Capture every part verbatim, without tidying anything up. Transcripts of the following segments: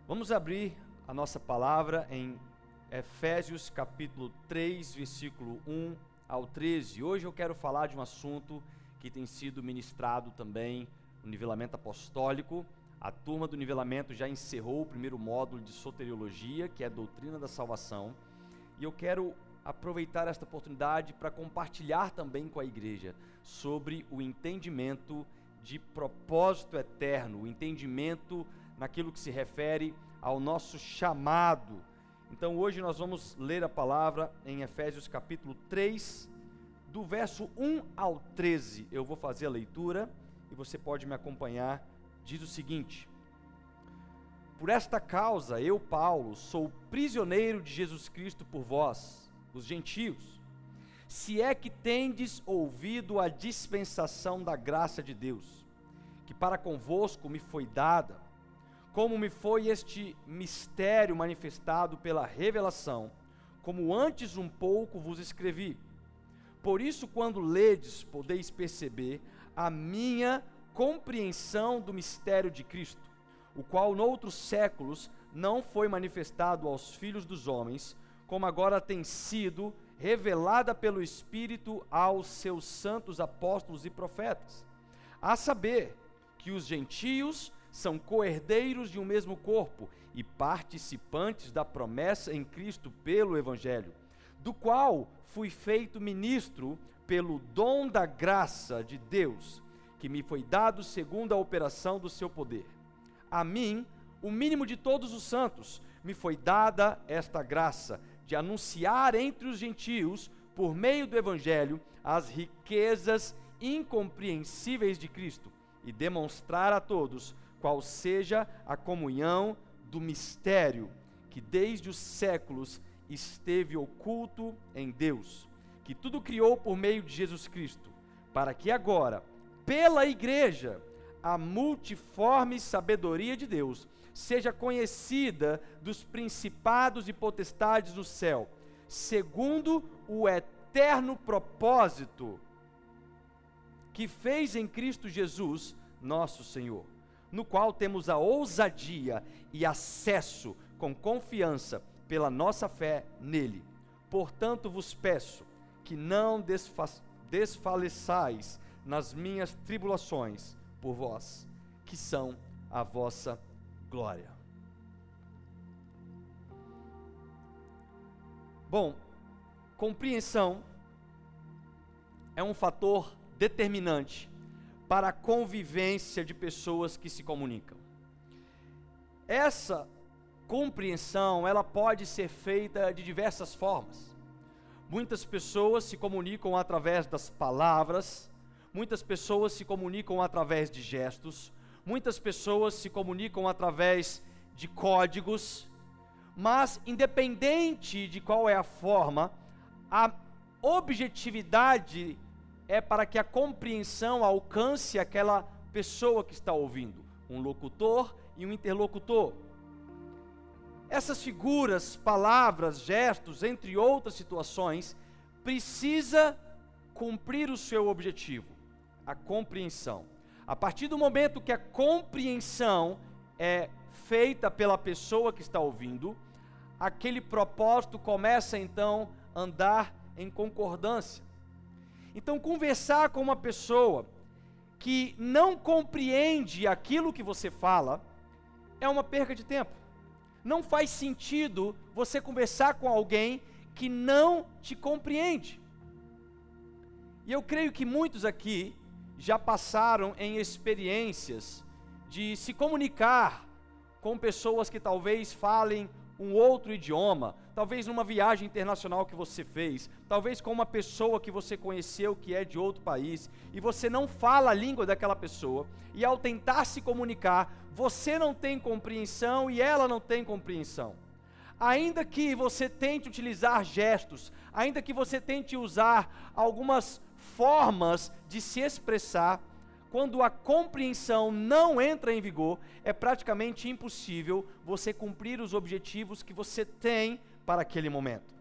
Vamos abrir a nossa palavra em Efésios capítulo três, versículo um ao treze. Hoje eu quero falar de um assunto que tem sido ministrado também no nivelamento apostólico. A turma do nivelamento já encerrou o primeiro módulo de soteriologia, que é a doutrina da salvação, e eu quero aproveitar esta oportunidade para compartilhar também com a igreja sobre o entendimento de propósito eterno, o entendimento naquilo que se refere ao nosso chamado. Então hoje nós vamos ler a palavra em Efésios capítulo três, do verso um ao treze. Eu vou fazer a leitura e você pode me acompanhar. Diz o seguinte: por esta causa eu, Paulo, sou prisioneiro de Jesus Cristo por vós, os gentios, se é que tendes ouvido a dispensação da graça de Deus, que para convosco me foi dada, como me foi este mistério manifestado pela revelação, como antes um pouco vos escrevi. Por isso, quando ledes, podeis perceber a minha compreensão do mistério de Cristo, o qual noutros séculos não foi manifestado aos filhos dos homens, como agora tem sido revelada pelo Espírito aos seus santos apóstolos e profetas, a saber, que os gentios são co-herdeiros de um mesmo corpo e participantes da promessa em Cristo pelo Evangelho, do qual fui feito ministro pelo dom da graça de Deus, que me foi dado segundo a operação do seu poder. A mim, o mínimo de todos os santos, me foi dada esta graça de anunciar entre os gentios, por meio do Evangelho, as riquezas incompreensíveis de Cristo, e demonstrar a todos qual seja a comunhão do mistério, que desde os séculos esteve oculto em Deus, que tudo criou por meio de Jesus Cristo, para que agora, pela igreja, a multiforme sabedoria de Deus seja conhecida dos principados e potestades do céu, segundo o eterno propósito que fez em Cristo Jesus, nosso Senhor, no qual temos a ousadia e acesso com confiança pela nossa fé nele. Portanto vos peço que não desfa desfaleçais nas minhas tribulações por vós, que são a vossa glória. Bom, compreensão é um fator determinante para a convivência de pessoas que se comunicam. Essa compreensão, ela pode ser feita de diversas formas. Muitas pessoas se comunicam através das palavras, muitas pessoas se comunicam através de gestos, muitas pessoas se comunicam através de códigos, mas independente de qual é a forma, a objetividade é para que a compreensão alcance aquela pessoa que está ouvindo, um locutor e um interlocutor. Essas figuras, palavras, gestos, entre outras situações, precisa cumprir o seu objetivo, a compreensão. A partir do momento que a compreensão é feita pela pessoa que está ouvindo, aquele propósito começa então a andar em concordância. Então, conversar com uma pessoa que não compreende aquilo que você fala é uma perca de tempo. Não faz sentido você conversar com alguém que não te compreende. E eu creio que muitos aqui já passaram em experiências de se comunicar com pessoas que talvez falem um outro idioma, talvez numa viagem internacional que você fez, talvez com uma pessoa que você conheceu que é de outro país, e você não fala a língua daquela pessoa, e ao tentar se comunicar, você não tem compreensão e ela não tem compreensão. Ainda que você tente utilizar gestos, ainda que você tente usar algumas formas de se expressar, quando a compreensão não entra em vigor, é praticamente impossível você cumprir os objetivos que você tem para aquele momento.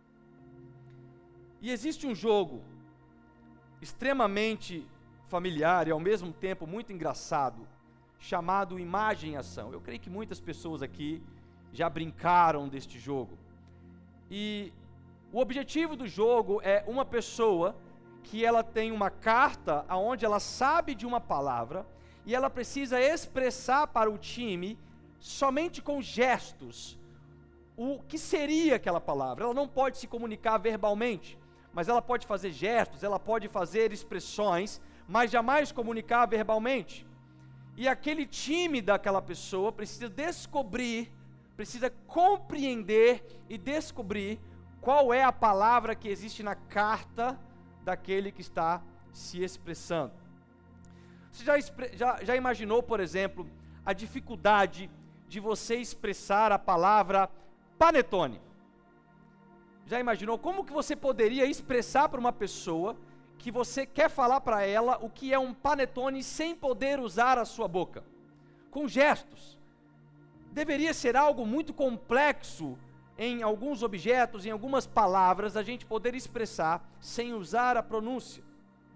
E existe um jogo extremamente familiar e ao mesmo tempo muito engraçado, chamado Imagem e Ação. Eu creio que muitas pessoas aqui já brincaram deste jogo. E o objetivo do jogo é uma pessoa que ela tem uma carta onde ela sabe de uma palavra e ela precisa expressar para o time, somente com gestos, o que seria aquela palavra. Ela não pode se comunicar verbalmente, mas ela pode fazer gestos, ela pode fazer expressões, mas jamais comunicar verbalmente. E aquele time daquela pessoa precisa descobrir, precisa compreender e descobrir qual é a palavra que existe na carta daquele que está se expressando. Você já, já, já imaginou, por exemplo, a dificuldade de você expressar a palavra panetone? Já imaginou como que você poderia expressar para uma pessoa que você quer falar para ela o que é um panetone sem poder usar a sua boca? Com gestos. Deveria ser algo muito complexo em alguns objetos, em algumas palavras, a gente poder expressar sem usar a pronúncia.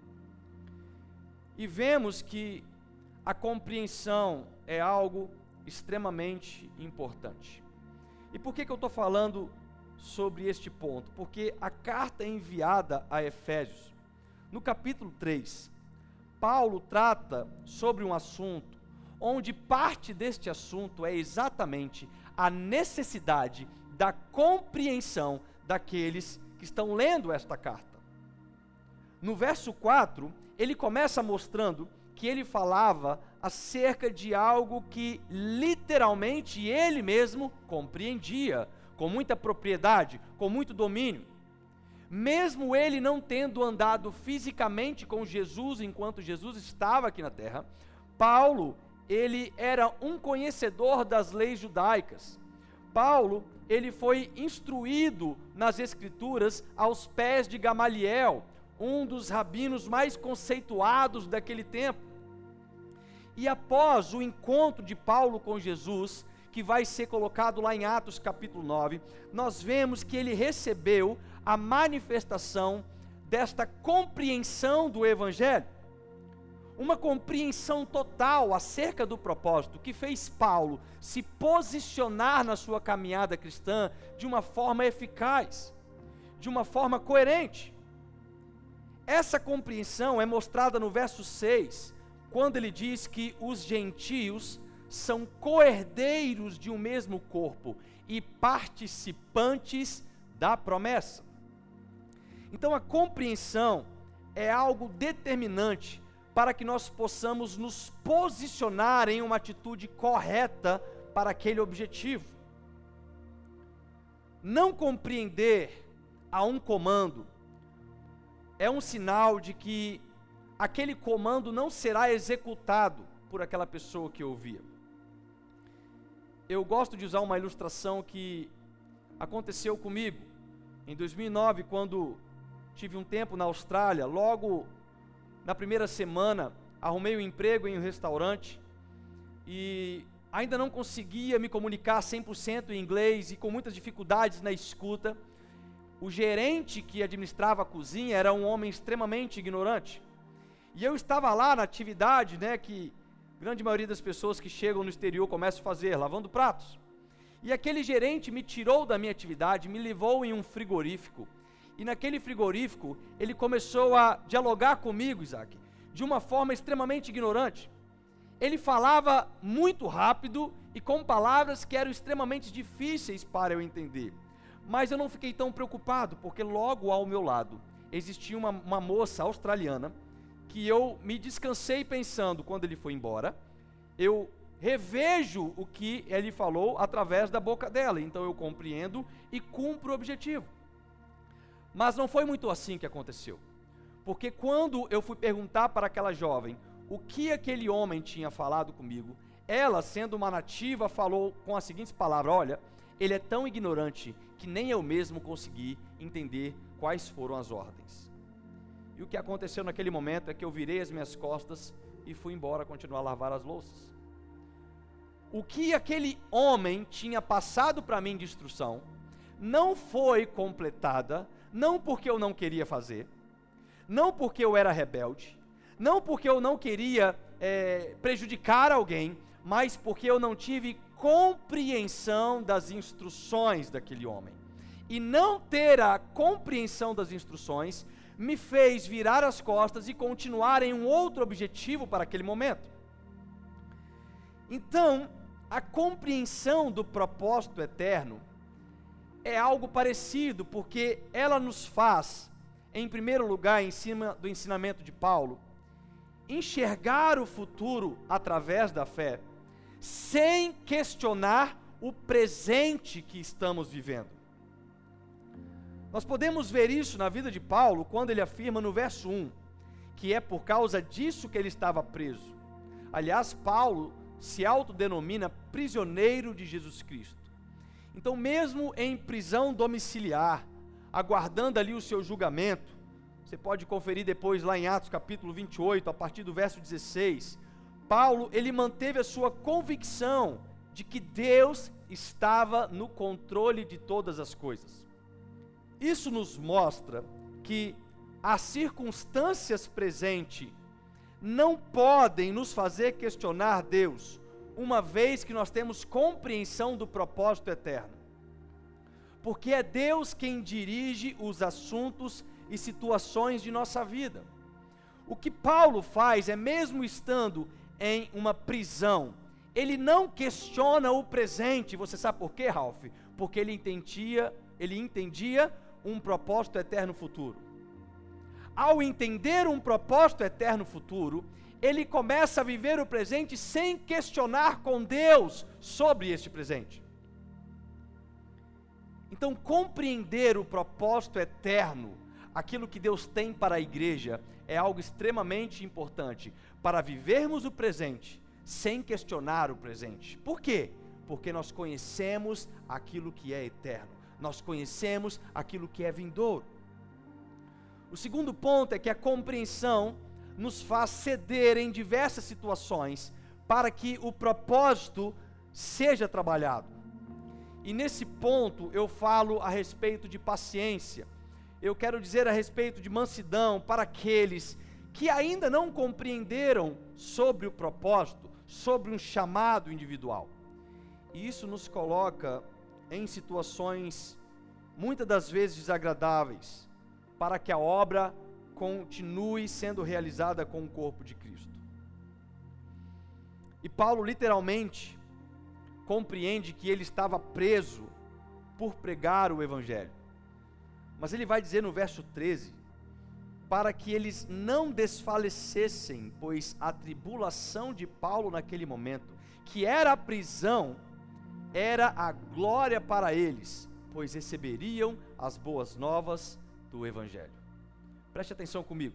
E vemos que a compreensão é algo extremamente importante. E por que que eu estou falando sobre este ponto? Porque a carta enviada a Efésios, no capítulo três, Paulo trata sobre um assunto, onde parte deste assunto é exatamente a necessidade da compreensão daqueles que estão lendo esta carta. No verso quatro, ele começa mostrando que ele falava acerca de algo que literalmente ele mesmo compreendia, com muita propriedade, com muito domínio. Mesmo ele não tendo andado fisicamente com Jesus enquanto Jesus estava aqui na terra, Paulo, ele era um conhecedor das leis judaicas. Paulo, ele foi instruído nas Escrituras aos pés de Gamaliel, um dos rabinos mais conceituados daquele tempo. E após o encontro de Paulo com Jesus, que vai ser colocado lá em Atos capítulo nove, nós vemos que ele recebeu a manifestação desta compreensão do Evangelho. Uma compreensão total acerca do propósito que fez Paulo se posicionar na sua caminhada cristã de uma forma eficaz, de uma forma coerente. Essa compreensão é mostrada no verso seis, quando ele diz que os gentios são coerdeiros de um mesmo corpo e participantes da promessa. Então a compreensão é algo determinante para que nós possamos nos posicionar em uma atitude correta para aquele objetivo. Não compreender a um comando é um sinal de que aquele comando não será executado por aquela pessoa que ouvia. Eu gosto de usar uma ilustração que aconteceu comigo em dois mil e nove, quando tive um tempo na Austrália. Logo na primeira semana, arrumei um emprego em um restaurante e ainda não conseguia me comunicar cem por cento em inglês e com muitas dificuldades na escuta. O gerente que administrava a cozinha era um homem extremamente ignorante. E eu estava lá na atividade, né, que a grande maioria das pessoas que chegam no exterior começam a fazer, lavando pratos. E aquele gerente me tirou da minha atividade, me levou em um frigorífico. E naquele frigorífico, ele começou a dialogar comigo, Isaac, de uma forma extremamente ignorante. Ele falava muito rápido e com palavras que eram extremamente difíceis para eu entender. Mas eu não fiquei tão preocupado, porque logo ao meu lado existia uma, uma moça australiana que eu me descansei pensando quando ele foi embora. Eu revejo o que ele falou através da boca dela, então eu compreendo e cumpro o objetivo. Mas não foi muito assim que aconteceu, porque quando eu fui perguntar para aquela jovem o que aquele homem tinha falado comigo, ela, sendo uma nativa, falou com as seguintes palavras: olha, ele é tão ignorante que nem eu mesmo consegui entender quais foram as ordens. E o que aconteceu naquele momento é que eu virei as minhas costas e fui embora continuar a lavar as louças. O que aquele homem tinha passado para mim de instrução não foi completada, não porque eu não queria fazer, não porque eu era rebelde, não porque eu não queria é, prejudicar alguém, mas porque eu não tive compreensão das instruções daquele homem. E não ter a compreensão das instruções me fez virar as costas e continuar em um outro objetivo para aquele momento. Então, a compreensão do propósito eterno é algo parecido, porque ela nos faz, em primeiro lugar, em cima do ensinamento de Paulo, enxergar o futuro através da fé, sem questionar o presente que estamos vivendo. Nós podemos ver isso na vida de Paulo, quando ele afirma no verso um, que é por causa disso que ele estava preso. Aliás, Paulo se autodenomina prisioneiro de Jesus Cristo. Então, mesmo em prisão domiciliar, aguardando ali o seu julgamento, você pode conferir depois lá em Atos capítulo vinte e oito, a partir do verso dezesseis, Paulo, ele manteve a sua convicção de que Deus estava no controle de todas as coisas. Isso nos mostra que as circunstâncias presentes não podem nos fazer questionar Deus, uma vez que nós temos compreensão do propósito eterno. Porque é Deus quem dirige os assuntos e situações de nossa vida. O que Paulo faz é, mesmo estando em uma prisão, ele não questiona o presente. Você sabe por quê, Ralph? Porque ele entendia, ele entendia um propósito eterno futuro. Ao entender um propósito eterno futuro, ele começa a viver o presente sem questionar com Deus sobre este presente. Então, compreender o propósito eterno, aquilo que Deus tem para a igreja, é algo extremamente importante para vivermos o presente sem questionar o presente. Por quê? Porque nós conhecemos aquilo que é eterno, nós conhecemos aquilo que é vindouro. O segundo ponto é que a compreensão nos faz ceder em diversas situações para que o propósito seja trabalhado. E nesse ponto eu falo a respeito de paciência. Eu quero dizer a respeito de mansidão para aqueles que ainda não compreenderam sobre o propósito, sobre um chamado individual. E isso nos coloca em situações muitas das vezes desagradáveis, para que a obra continue sendo realizada com o corpo de Cristo. E Paulo literalmente compreende que ele estava preso por pregar o Evangelho. Mas ele vai dizer no verso treze, para que eles não desfalecessem, pois a tribulação de Paulo naquele momento, que era a prisão, era a glória para eles, pois receberiam as boas novas do Evangelho. Preste atenção comigo.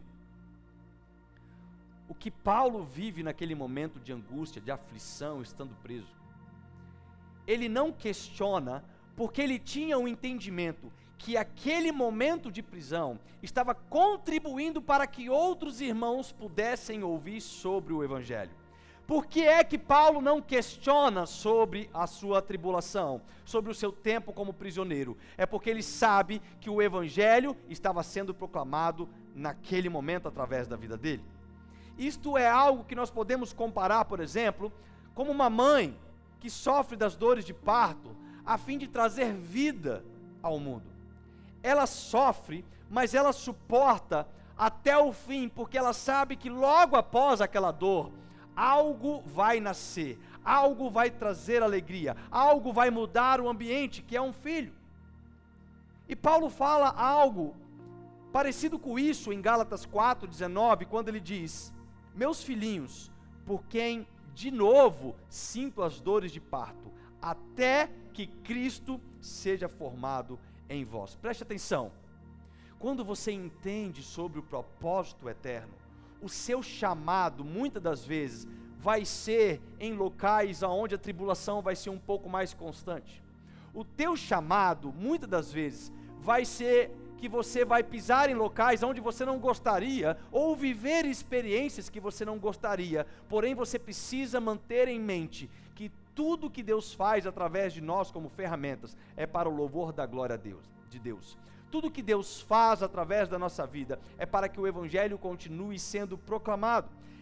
O que Paulo vive naquele momento de angústia, de aflição, estando preso, ele não questiona, porque ele tinha um entendimento que aquele momento de prisão estava contribuindo para que outros irmãos pudessem ouvir sobre o Evangelho. Por que é que Paulo não questiona sobre a sua tribulação, sobre o seu tempo como prisioneiro? É porque ele sabe que o Evangelho estava sendo proclamado naquele momento através da vida dele. Isto é algo que nós podemos comparar, por exemplo, como uma mãe que sofre das dores de parto a fim de trazer vida ao mundo. Ela sofre, mas ela suporta até o fim, porque ela sabe que logo após aquela dor, algo vai nascer, algo vai trazer alegria, algo vai mudar o ambiente, que é um filho. E Paulo fala algo parecido com isso em Gálatas quatro, dezenove, quando ele diz: meus filhinhos, por quem de novo sinto as dores de parto, até que Cristo seja formado em vós. Preste atenção, quando você entende sobre o propósito eterno, o seu chamado, muitas das vezes, vai ser em locais onde a tribulação vai ser um pouco mais constante. O teu chamado, muitas das vezes, vai ser que você vai pisar em locais onde você não gostaria, ou viver experiências que você não gostaria, porém você precisa manter em mente que tudo que Deus faz através de nós como ferramentas, é para o louvor da glória de Deus. Tudo que Deus faz através da nossa vida, é para que o Evangelho continue sendo proclamado.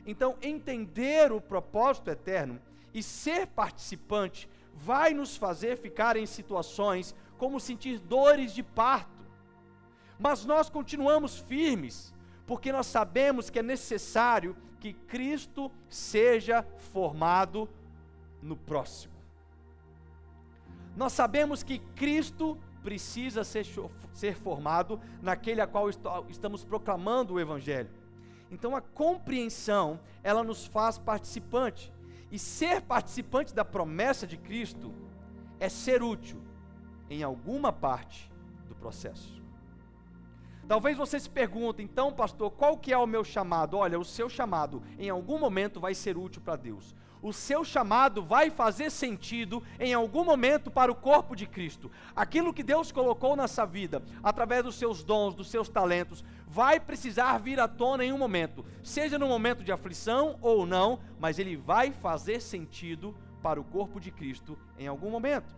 Então, entender o propósito eterno e ser participante vai nos fazer ficar em situações como sentir dores de parto. Mas nós continuamos firmes, porque nós sabemos que é necessário que Cristo seja formado no próximo. Nós sabemos que Cristo precisa ser, ser formado naquele a qual estamos proclamando o Evangelho. Então a compreensão, ela nos faz participante. E ser participante da promessa de Cristo é ser útil em alguma parte do processo. Talvez você se pergunte, então pastor, qual que é o meu chamado? Olha, o seu chamado em algum momento vai ser útil para Deus. O seu chamado vai fazer sentido em algum momento para o corpo de Cristo. Aquilo que Deus colocou nessa vida, através dos seus dons, dos seus talentos, vai precisar vir à tona em um momento, seja no momento de aflição ou não, mas ele vai fazer sentido para o corpo de Cristo em algum momento.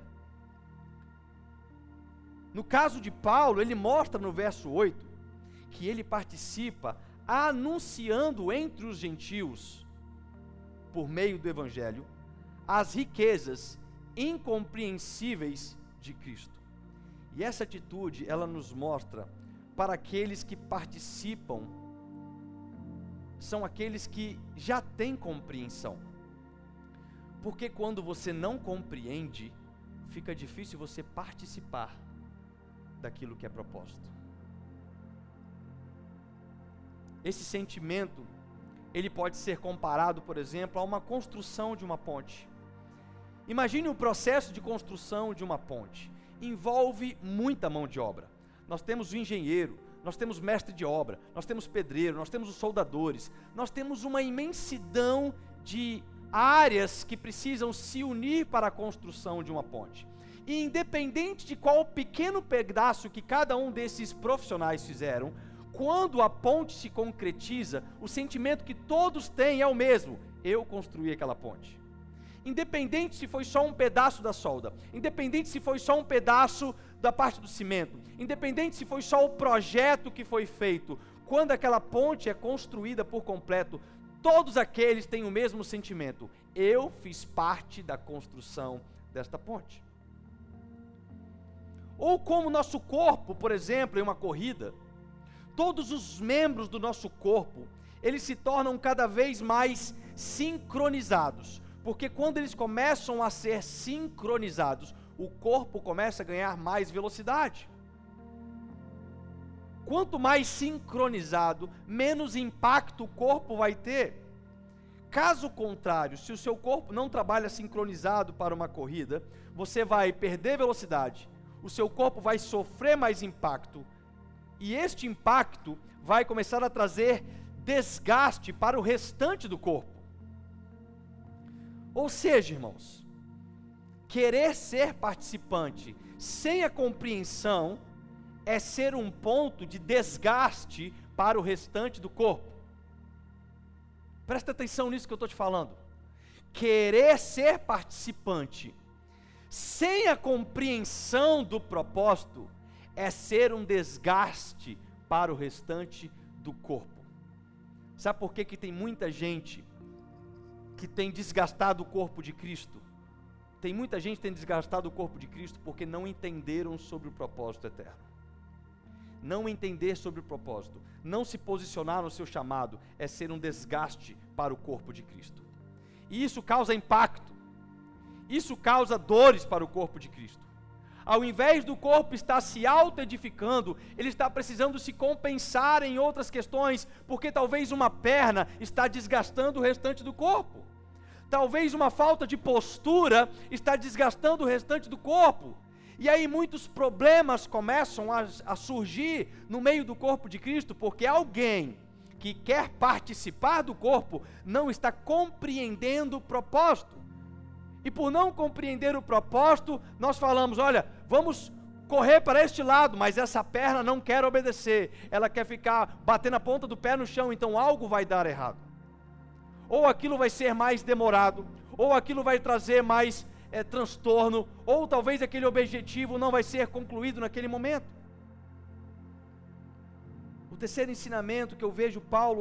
No caso de Paulo, ele mostra no verso oito, que ele participa anunciando entre os gentios, por meio do Evangelho, as riquezas incompreensíveis de Cristo. E essa atitude, ela nos mostra, para aqueles que participam, são aqueles que já têm compreensão. Porque quando você não compreende, fica difícil você participar daquilo que é proposto. Esse sentimento, ele pode ser comparado, por exemplo, a uma construção de uma ponte. Imagine o processo de construção de uma ponte. Envolve muita mão de obra. Nós temos o engenheiro, nós temos mestre de obra, nós temos pedreiro, nós temos os soldadores, nós temos uma imensidão de áreas que precisam se unir para a construção de uma ponte. E independente de qual pequeno pedaço que cada um desses profissionais fizeram, quando a ponte se concretiza, o sentimento que todos têm é o mesmo: eu construí aquela ponte. Independente se foi só um pedaço da solda, independente se foi só um pedaço da parte do cimento, independente se foi só o projeto que foi feito, quando aquela ponte é construída por completo, todos aqueles têm o mesmo sentimento: eu fiz parte da construção desta ponte. Ou como nosso corpo, por exemplo, em uma corrida, todos os membros do nosso corpo, eles se tornam cada vez mais sincronizados, porque quando eles começam a ser sincronizados, o corpo começa a ganhar mais velocidade. Quanto mais sincronizado, menos impacto o corpo vai ter. Caso contrário, se o seu corpo não trabalha sincronizado para uma corrida, você vai perder velocidade, o seu corpo vai sofrer mais impacto, e este impacto vai começar a trazer desgaste para o restante do corpo. Ou seja, irmãos, querer ser participante sem a compreensão é ser um ponto de desgaste para o restante do corpo. Presta atenção nisso que eu estou te falando. Querer ser participante sem a compreensão do propósito é ser um desgaste para o restante do corpo. Sabe por que que tem muita gente que tem desgastado o corpo de Cristo? Tem muita gente que tem desgastado o corpo de Cristo porque não entenderam sobre o propósito eterno. Não entender sobre o propósito, não se posicionar no seu chamado, é ser um desgaste para o corpo de Cristo. E isso causa impacto, isso causa dores para o corpo de Cristo. Ao invés do corpo estar se auto-edificando, ele está precisando se compensar em outras questões, porque talvez uma perna está desgastando o restante do corpo. Talvez uma falta de postura está desgastando o restante do corpo. E aí muitos problemas começam a, a surgir no meio do corpo de Cristo, porque alguém que quer participar do corpo não está compreendendo o propósito. E por não compreender o propósito, nós falamos: olha, vamos correr para este lado, mas essa perna não quer obedecer, ela quer ficar batendo a ponta do pé no chão, então algo vai dar errado. Ou aquilo vai ser mais demorado, ou aquilo vai trazer mais é, transtorno, ou talvez aquele objetivo não vai ser concluído naquele momento. O terceiro ensinamento que eu vejo Paulo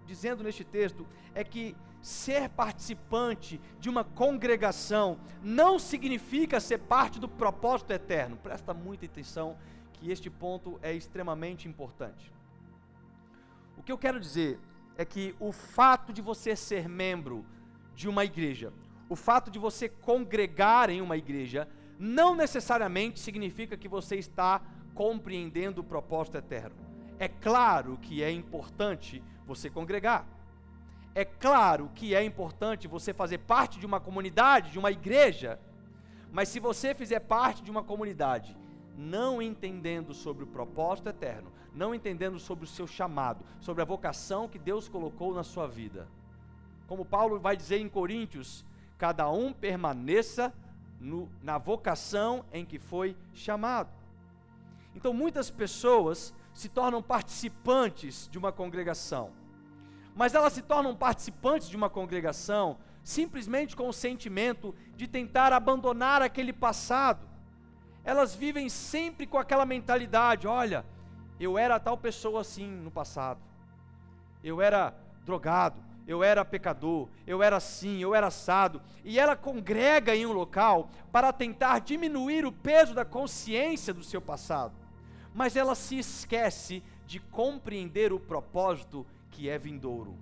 dizendo neste texto é que ser participante de uma congregação não significa ser parte do propósito eterno. Presta muita atenção que este ponto é extremamente importante. O que eu quero dizer é que o fato de você ser membro de uma igreja, o fato de você congregar em uma igreja, não necessariamente significa que você está compreendendo o propósito eterno. É claro que é importante você congregar. É claro que é importante você fazer parte de uma comunidade, de uma igreja, mas se você fizer parte de uma comunidade, não entendendo sobre o propósito eterno, não entendendo sobre o seu chamado, sobre a vocação que Deus colocou na sua vida, como Paulo vai dizer em Coríntios, cada um permaneça no, na vocação em que foi chamado. Então muitas pessoas se tornam participantes de uma congregação, mas elas se tornam participantes de uma congregação simplesmente com o sentimento de tentar abandonar aquele passado. Elas vivem sempre com aquela mentalidade: olha, eu era tal pessoa assim no passado, eu era drogado, eu era pecador, eu era assim, eu era assado, e ela congrega em um local para tentar diminuir o peso da consciência do seu passado, mas ela se esquece de compreender o propósito que é vindouro.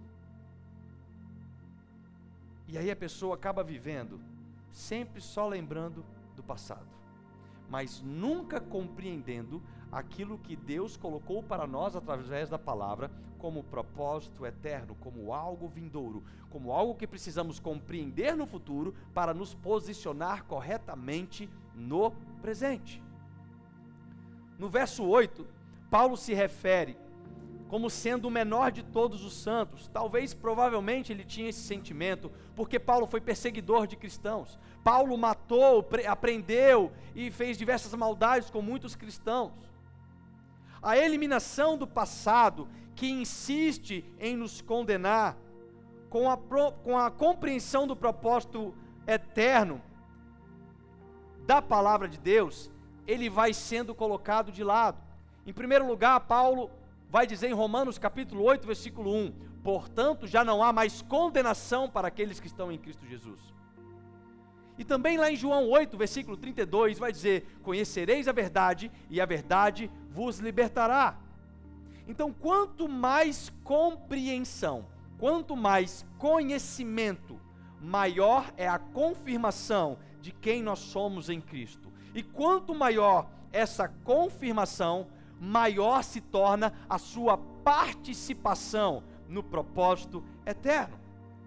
E aí a pessoa acaba vivendo sempre só lembrando do passado, mas nunca compreendendo aquilo que Deus colocou para nós através da palavra como propósito eterno, como algo vindouro, como algo que precisamos compreender no futuro para nos posicionar corretamente no presente. No verso oito, Paulo se refere como sendo o menor de todos os santos. Talvez, provavelmente, ele tinha esse sentimento, porque Paulo foi perseguidor de cristãos. Paulo matou, aprendeu e fez diversas maldades com muitos cristãos. A eliminação do passado, que insiste em nos condenar, com a, com a compreensão do propósito eterno da palavra de Deus, ele vai sendo colocado de lado. Em primeiro lugar, Paulo vai dizer em Romanos capítulo oito, versículo um, portanto já não há mais condenação para aqueles que estão em Cristo Jesus. E também lá em João oito, versículo trinta e dois, vai dizer, conhecereis a verdade e a verdade vos libertará. Então quanto mais compreensão, quanto mais conhecimento, maior é a confirmação de quem nós somos em Cristo. E quanto maior essa confirmação, maior se torna a sua participação no propósito eterno.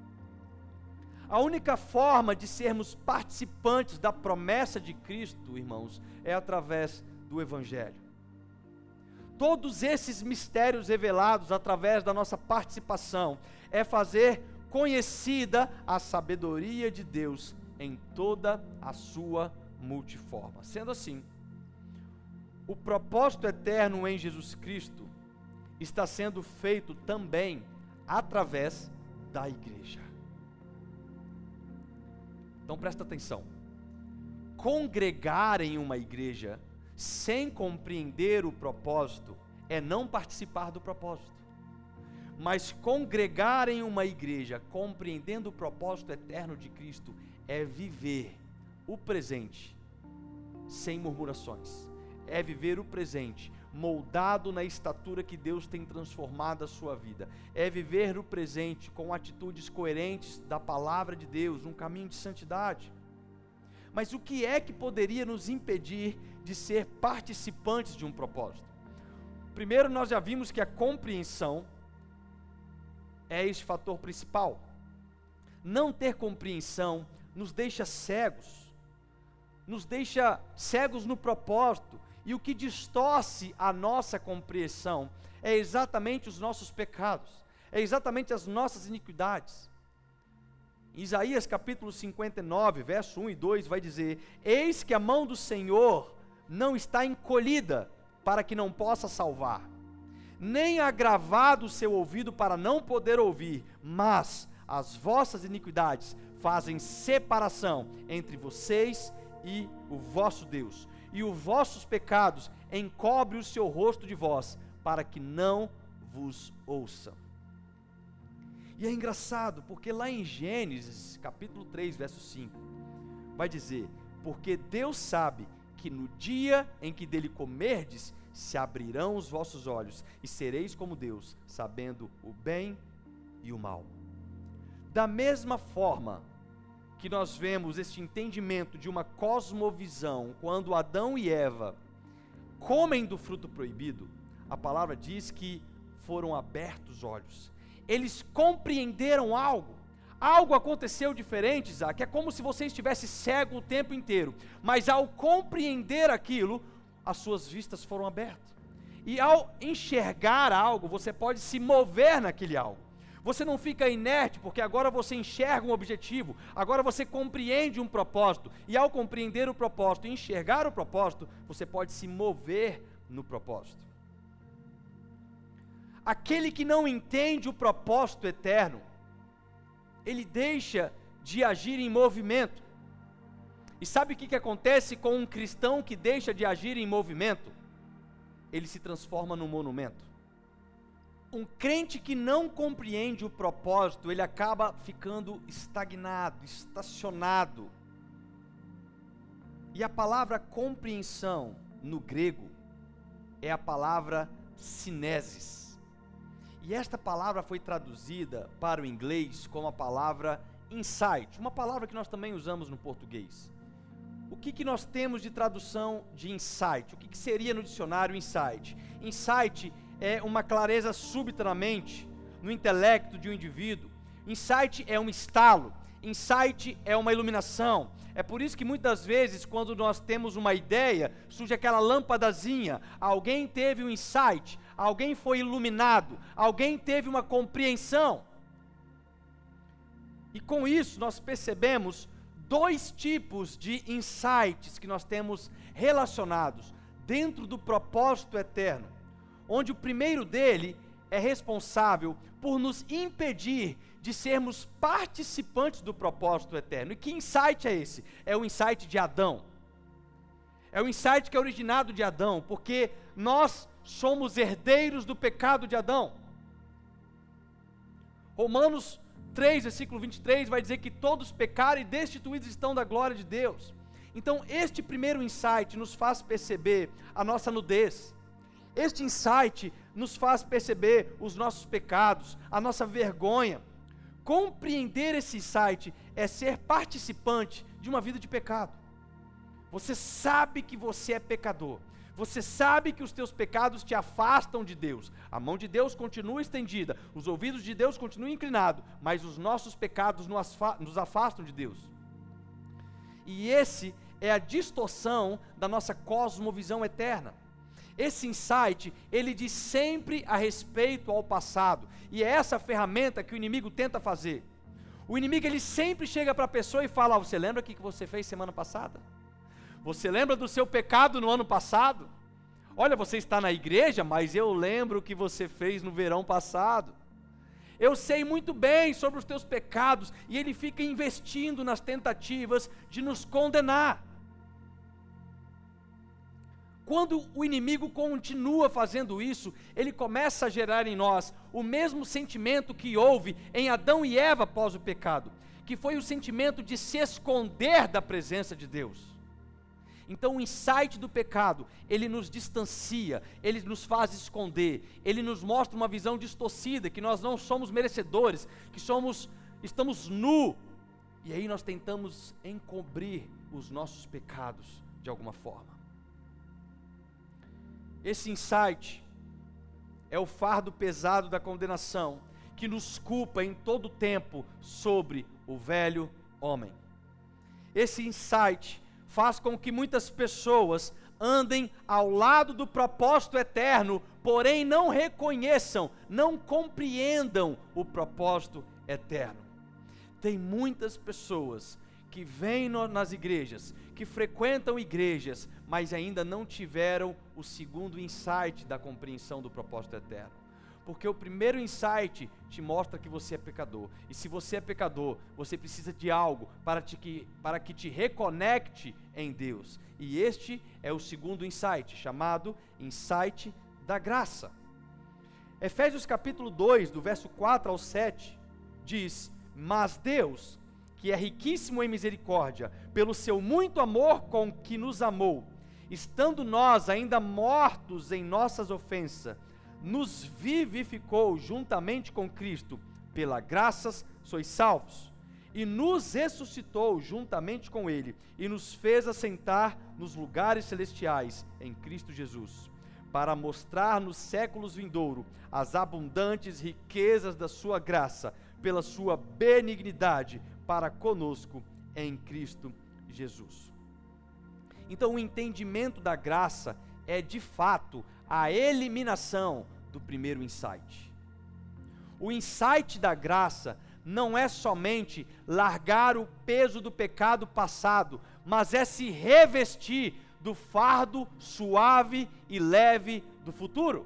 A única forma de sermos participantes da promessa de Cristo, irmãos, é através do Evangelho. Todos esses mistérios revelados através da nossa participação é fazer conhecida a sabedoria de Deus em toda a sua multiforma. Sendo assim, o propósito eterno em Jesus Cristo está sendo feito também através da igreja. Então presta atenção, congregar em uma igreja sem compreender o propósito é não participar do propósito, mas congregar em uma igreja compreendendo o propósito eterno de Cristo é viver o presente sem murmurações, é viver o presente moldado na estatura que Deus tem transformado a sua vida, é viver o presente com atitudes coerentes da palavra de Deus, um caminho de santidade. Mas o que é que poderia nos impedir de ser participantes de um propósito? Primeiro, nós já vimos que a compreensão é esse fator principal. Não ter compreensão nos deixa cegos, nos deixa cegos no propósito, e o que distorce a nossa compreensão é exatamente os nossos pecados, é exatamente as nossas iniquidades. Isaías capítulo cinquenta e nove, verso um e dois vai dizer, eis que a mão do Senhor não está encolhida para que não possa salvar, nem agravado o seu ouvido para não poder ouvir, mas as vossas iniquidades fazem separação entre vocês e o vosso Deus, e os vossos pecados encobre o seu rosto de vós, para que não vos ouçam. E é engraçado, porque lá em Gênesis, capítulo três, verso cinco, vai dizer: porque Deus sabe que no dia em que dele comerdes, se abrirão os vossos olhos, e sereis como Deus, sabendo o bem e o mal. Da mesma forma que nós vemos este entendimento de uma cosmovisão, quando Adão e Eva comem do fruto proibido, a palavra diz que foram abertos os olhos. Eles compreenderam algo, algo aconteceu diferente, Isaac, é como se você estivesse cego o tempo inteiro, mas ao compreender aquilo, as suas vistas foram abertas, e ao enxergar algo, você pode se mover naquele algo, você não fica inerte, porque agora você enxerga um objetivo, agora você compreende um propósito, e ao compreender o propósito e enxergar o propósito, você pode se mover no propósito. Aquele que não entende o propósito eterno, ele deixa de agir em movimento. E sabe o que, que acontece com um cristão que deixa de agir em movimento? Ele se transforma num monumento. Um crente que não compreende o propósito, ele acaba ficando estagnado, estacionado. E a palavra compreensão no grego é a palavra sinesis. E esta palavra foi traduzida para o inglês como a palavra insight, uma palavra que nós também usamos no português. O que, que nós temos de tradução de insight? O que, que seria no dicionário insight? Insight é uma clareza súbita na mente, no intelecto de um indivíduo. Insight é um estalo, insight é uma iluminação. É por isso que muitas vezes, quando nós temos uma ideia, surge aquela lâmpadazinha, alguém teve um insight, alguém foi iluminado, alguém teve uma compreensão. E com isso nós percebemos dois tipos de insights que nós temos relacionados dentro do propósito eterno, onde o primeiro dele é responsável por nos impedir de sermos participantes do propósito eterno. E que insight é esse? É o insight de Adão. É o insight que é originado de Adão, porque nós somos herdeiros do pecado de Adão. Romanos três, versículo vinte e três, vai dizer que todos pecaram e destituídos estão da glória de Deus. Então, este primeiro insight nos faz perceber a nossa nudez. Este insight nos faz perceber os nossos pecados, a nossa vergonha. Compreender esse insight é ser participante de uma vida de pecado. Você sabe que você é pecador. Você sabe que os teus pecados te afastam de Deus. A mão de Deus continua estendida, os ouvidos de Deus continuam inclinados, mas os nossos pecados nos afastam de Deus. E esse é a distorção da nossa cosmovisão eterna. Esse insight, ele diz sempre a respeito ao passado, e é essa ferramenta que o inimigo tenta fazer. O inimigo, ele sempre chega para a pessoa e fala: ah, você lembra o que você fez semana passada? Você lembra do seu pecado no ano passado? Olha, você está na igreja, mas eu lembro o que você fez no verão passado. Eu sei muito bem sobre os teus pecados, e ele fica investindo nas tentativas de nos condenar. Quando o inimigo continua fazendo isso, ele começa a gerar em nós o mesmo sentimento que houve em Adão e Eva após o pecado, que foi o sentimento de se esconder da presença de Deus. Então o insight do pecado, ele nos distancia, ele nos faz esconder, ele nos mostra uma visão distorcida, que nós não somos merecedores, que somos, estamos nu, e aí nós tentamos encobrir os nossos pecados de alguma forma. Esse insight é o fardo pesado da condenação, que nos culpa em todo tempo sobre o velho homem. Esse insight faz com que muitas pessoas andem ao lado do propósito eterno, porém não reconheçam, não compreendam o propósito eterno. Tem muitas pessoas que vêm no, nas igrejas, que frequentam igrejas, mas ainda não tiveram o segundo insight da compreensão do propósito eterno. Porque o primeiro insight te mostra que você é pecador. E se você é pecador, você precisa de algo para, te, que, para que te reconecte em Deus. E este é o segundo insight, chamado insight da graça. Efésios capítulo dois, do verso quatro ao sete, diz: mas Deus, que é riquíssimo em misericórdia, pelo seu muito amor com que nos amou, estando nós ainda mortos em nossas ofensas, nos vivificou juntamente com Cristo, pela graças sois salvos, e nos ressuscitou juntamente com Ele, e nos fez assentar nos lugares celestiais em Cristo Jesus, para mostrar nos séculos vindouros as abundantes riquezas da sua graça, pela sua benignidade para conosco em Cristo Jesus. Então, o entendimento da graça é de fato a eliminação do primeiro insight. O insight da graça não é somente largar o peso do pecado passado, mas é se revestir do fardo suave e leve do futuro.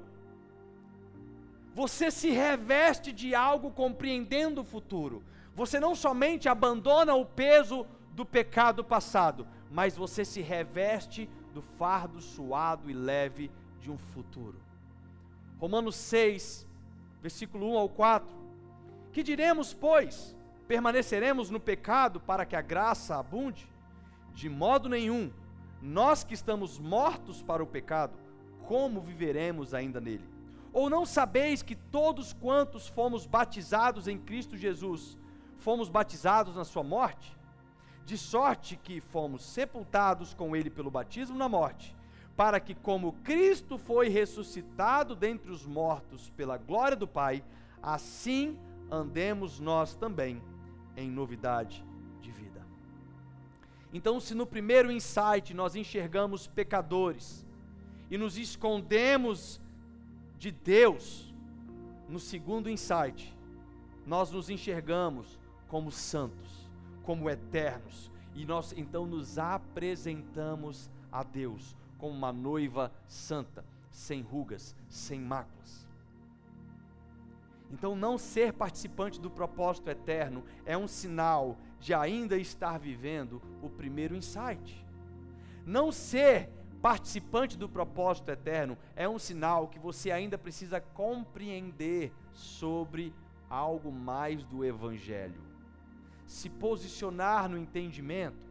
Você se reveste de algo compreendendo o futuro. Você não somente abandona o peso do pecado passado, mas você se reveste do fardo suado e leve de um futuro. Romanos seis, versículo um ao quatro. Que diremos, pois? Permaneceremos no pecado para que a graça abunde? De modo nenhum. Nós que estamos mortos para o pecado, como viveremos ainda nele? Ou não sabeis que todos quantos fomos batizados em Cristo Jesus, fomos batizados na sua morte? De sorte que fomos sepultados com ele pelo batismo na morte, para que como Cristo foi ressuscitado dentre os mortos pela glória do Pai, assim andemos nós também em novidade de vida. Então, se no primeiro insight nós enxergamos pecadores e nos escondemos de Deus, no segundo insight nós nos enxergamos como santos, como eternos, e nós então nos apresentamos a Deus como uma noiva santa, sem rugas, sem máculas. Então, não ser participante do propósito eterno é um sinal de ainda estar vivendo o primeiro insight. Não ser participante do propósito eterno é um sinal que você ainda precisa compreender sobre algo mais do Evangelho. Se posicionar no entendimento.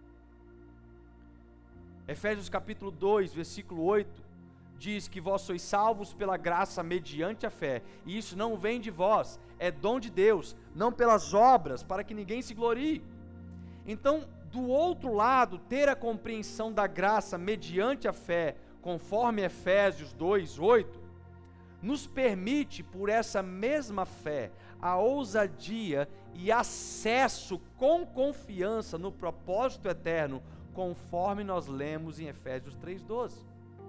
Efésios capítulo dois, versículo oito, diz que vós sois salvos pela graça mediante a fé, e isso não vem de vós, é dom de Deus, não pelas obras, para que ninguém se glorie. Então, do outro lado, ter a compreensão da graça mediante a fé, conforme Efésios dois, oito, nos permite, por essa mesma fé, a ousadia e acesso com confiança no propósito eterno, conforme nós lemos em Efésios três, doze.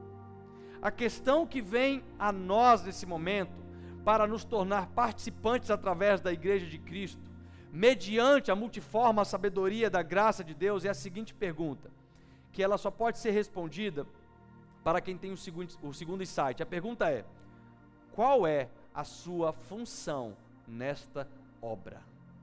A questão que vem a nós nesse momento, para nos tornar participantes através da Igreja de Cristo, mediante a multiforme sabedoria da graça de Deus, é a seguinte pergunta, que ela só pode ser respondida para quem tem o segundo, o segundo insight. A pergunta é: qual é a sua função nesta obra?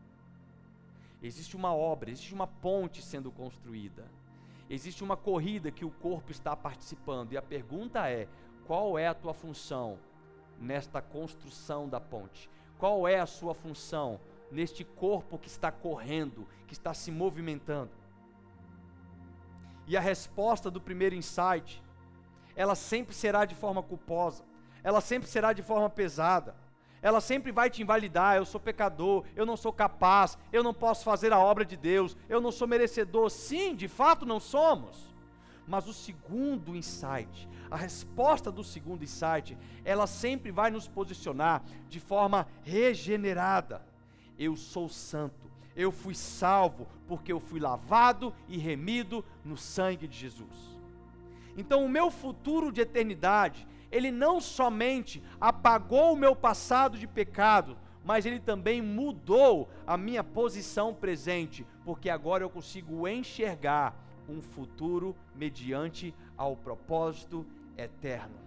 Existe uma obra, existe uma ponte sendo construída, existe uma corrida que o corpo está participando, e a pergunta é: qual é a tua função nesta construção da ponte? Qual é a sua função neste corpo que está correndo, que está se movimentando? E a resposta do primeiro insight, ela sempre será de forma culposa, ela sempre será de forma pesada, ela sempre vai te invalidar. Eu sou pecador, eu não sou capaz, eu não posso fazer a obra de Deus, eu não sou merecedor. Sim, de fato não somos. Mas o segundo insight, a resposta do segundo insight, ela sempre vai nos posicionar de forma regenerada. Eu sou santo, eu fui salvo, porque eu fui lavado e remido no sangue de Jesus. Então o meu futuro de eternidade, ele não somente apagou o meu passado de pecado, mas ele também mudou a minha posição presente, porque agora eu consigo enxergar um futuro mediante ao propósito eterno.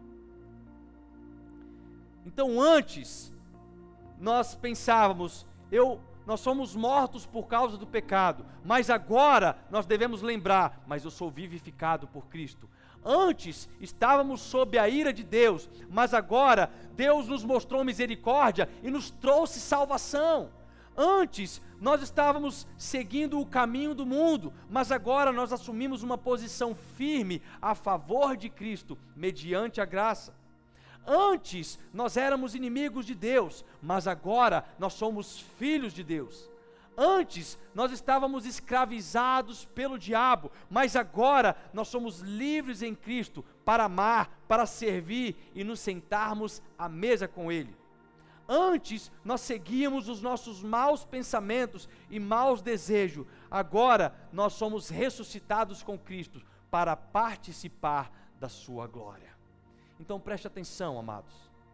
Então antes, nós pensávamos, eu, nós somos mortos por causa do pecado, mas agora nós devemos lembrar, mas eu sou vivificado por Cristo. Antes estávamos sob a ira de Deus, mas agora Deus nos mostrou misericórdia e nos trouxe salvação. Antes, nós estávamos seguindo o caminho do mundo, mas agora nós assumimos uma posição firme a favor de Cristo, mediante a graça. Antes, nós éramos inimigos de Deus, mas agora nós somos filhos de Deus. Antes, nós estávamos escravizados pelo diabo, mas agora nós somos livres em Cristo para amar, para servir e nos sentarmos à mesa com Ele. Antes, nós seguíamos os nossos maus pensamentos e maus desejos. Agora, nós somos ressuscitados com Cristo para participar da sua glória. Então, preste atenção, amados.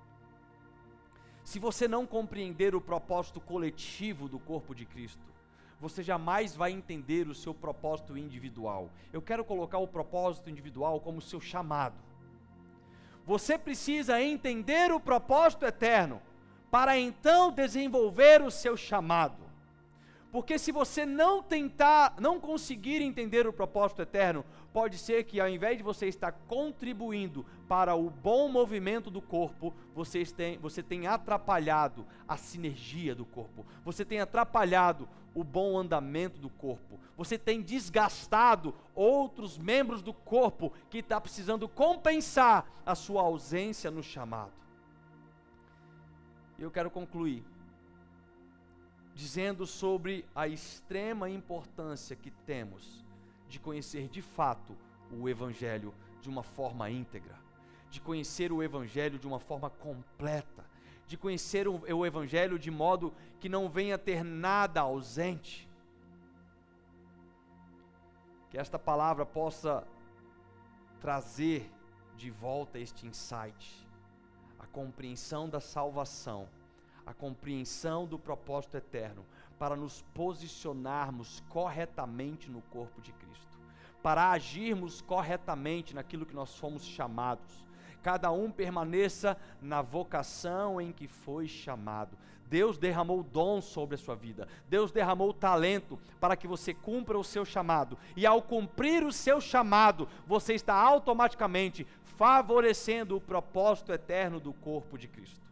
Se você não compreender o propósito coletivo do corpo de Cristo, você jamais vai entender o seu propósito individual. Eu quero colocar o propósito individual como seu chamado. Você precisa entender o propósito eterno, para então desenvolver o seu chamado. Porque se você não tentar, não conseguir entender o propósito eterno, pode ser que ao invés de você estar contribuindo para o bom movimento do corpo, você tem, você tem atrapalhado a sinergia do corpo, você tem atrapalhado o bom andamento do corpo, você tem desgastado outros membros do corpo que está precisando compensar a sua ausência no chamado. Eu quero concluir dizendo sobre a extrema importância que temos de conhecer de fato o Evangelho de uma forma íntegra, de conhecer o Evangelho de uma forma completa, de conhecer o, o Evangelho de modo que não venha ter nada ausente. Que esta palavra possa trazer de volta este insight, a compreensão da salvação, a compreensão do propósito eterno, para nos posicionarmos corretamente no corpo de Cristo, para agirmos corretamente naquilo que nós fomos chamados. Cada um permaneça na vocação em que foi chamado. Deus derramou dom sobre a sua vida, Deus derramou talento para que você cumpra o seu chamado, e ao cumprir o seu chamado, você está automaticamente favorecendo o propósito eterno do corpo de Cristo.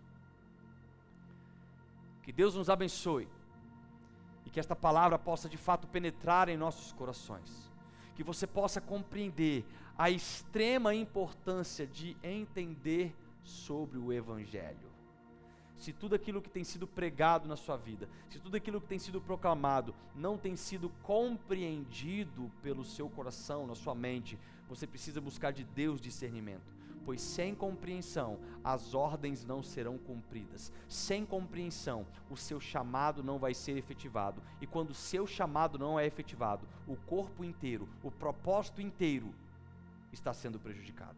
Que Deus nos abençoe, e que esta palavra possa de fato penetrar em nossos corações, que você possa compreender a extrema importância de entender sobre o Evangelho. Se tudo aquilo que tem sido pregado na sua vida, se tudo aquilo que tem sido proclamado, não tem sido compreendido pelo seu coração, na sua mente, você precisa buscar de Deus discernimento, pois sem compreensão, as ordens não serão cumpridas. Sem compreensão, o seu chamado não vai ser efetivado, e quando o seu chamado não é efetivado, o corpo inteiro, o propósito inteiro, está sendo prejudicado.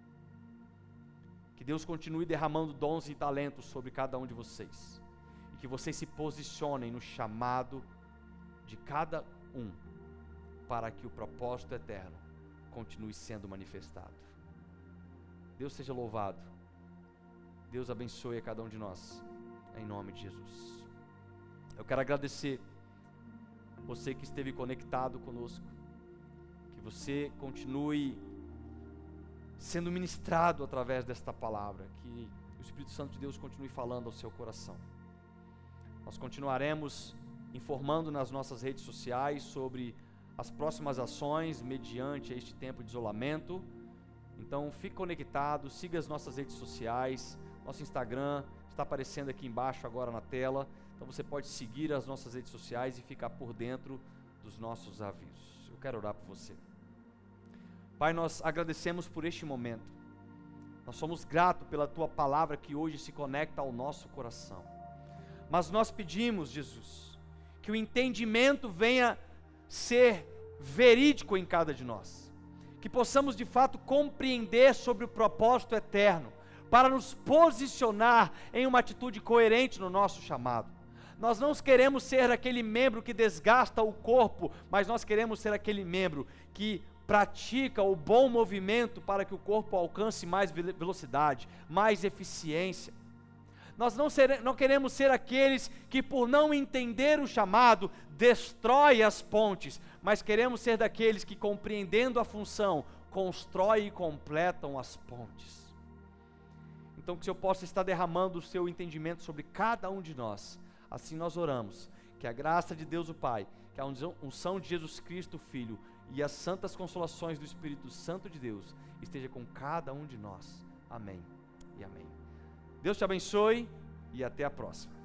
Que Deus continue derramando dons e talentos sobre cada um de vocês, e que vocês se posicionem no chamado de cada um, para que o propósito eterno continue sendo manifestado. Deus seja louvado, Deus abençoe a cada um de nós, em nome de Jesus. Eu quero agradecer você que esteve conectado conosco, que você continue sendo ministrado através desta palavra, que o Espírito Santo de Deus continue falando ao seu coração. Nós continuaremos informando nas nossas redes sociais sobre as próximas ações mediante este tempo de isolamento. Então fique conectado, siga as nossas redes sociais, nosso Instagram está aparecendo aqui embaixo agora na tela, então você pode seguir as nossas redes sociais e ficar por dentro dos nossos avisos. Eu quero orar por você. Pai, nós agradecemos por este momento, nós somos gratos pela Tua palavra que hoje se conecta ao nosso coração, mas nós pedimos, Jesus, que o entendimento venha ser verídico em cada de nós, que possamos de fato compreender sobre o propósito eterno, para nos posicionar em uma atitude coerente no nosso chamado. Nós não queremos ser aquele membro que desgasta o corpo, mas nós queremos ser aquele membro que pratica o bom movimento para que o corpo alcance mais velocidade, mais eficiência. Nós não, ser, não queremos ser aqueles que, por não entender o chamado, destrói as pontes, mas queremos ser daqueles que, compreendendo a função, constroem e completam as pontes. Então que o Senhor possa estar derramando o seu entendimento sobre cada um de nós. Assim nós oramos, Que a graça de Deus o Pai, que a unção de Jesus Cristo Filho e as santas consolações do Espírito Santo de Deus esteja com cada um de nós. Amém e amém. Deus te abençoe e até a próxima.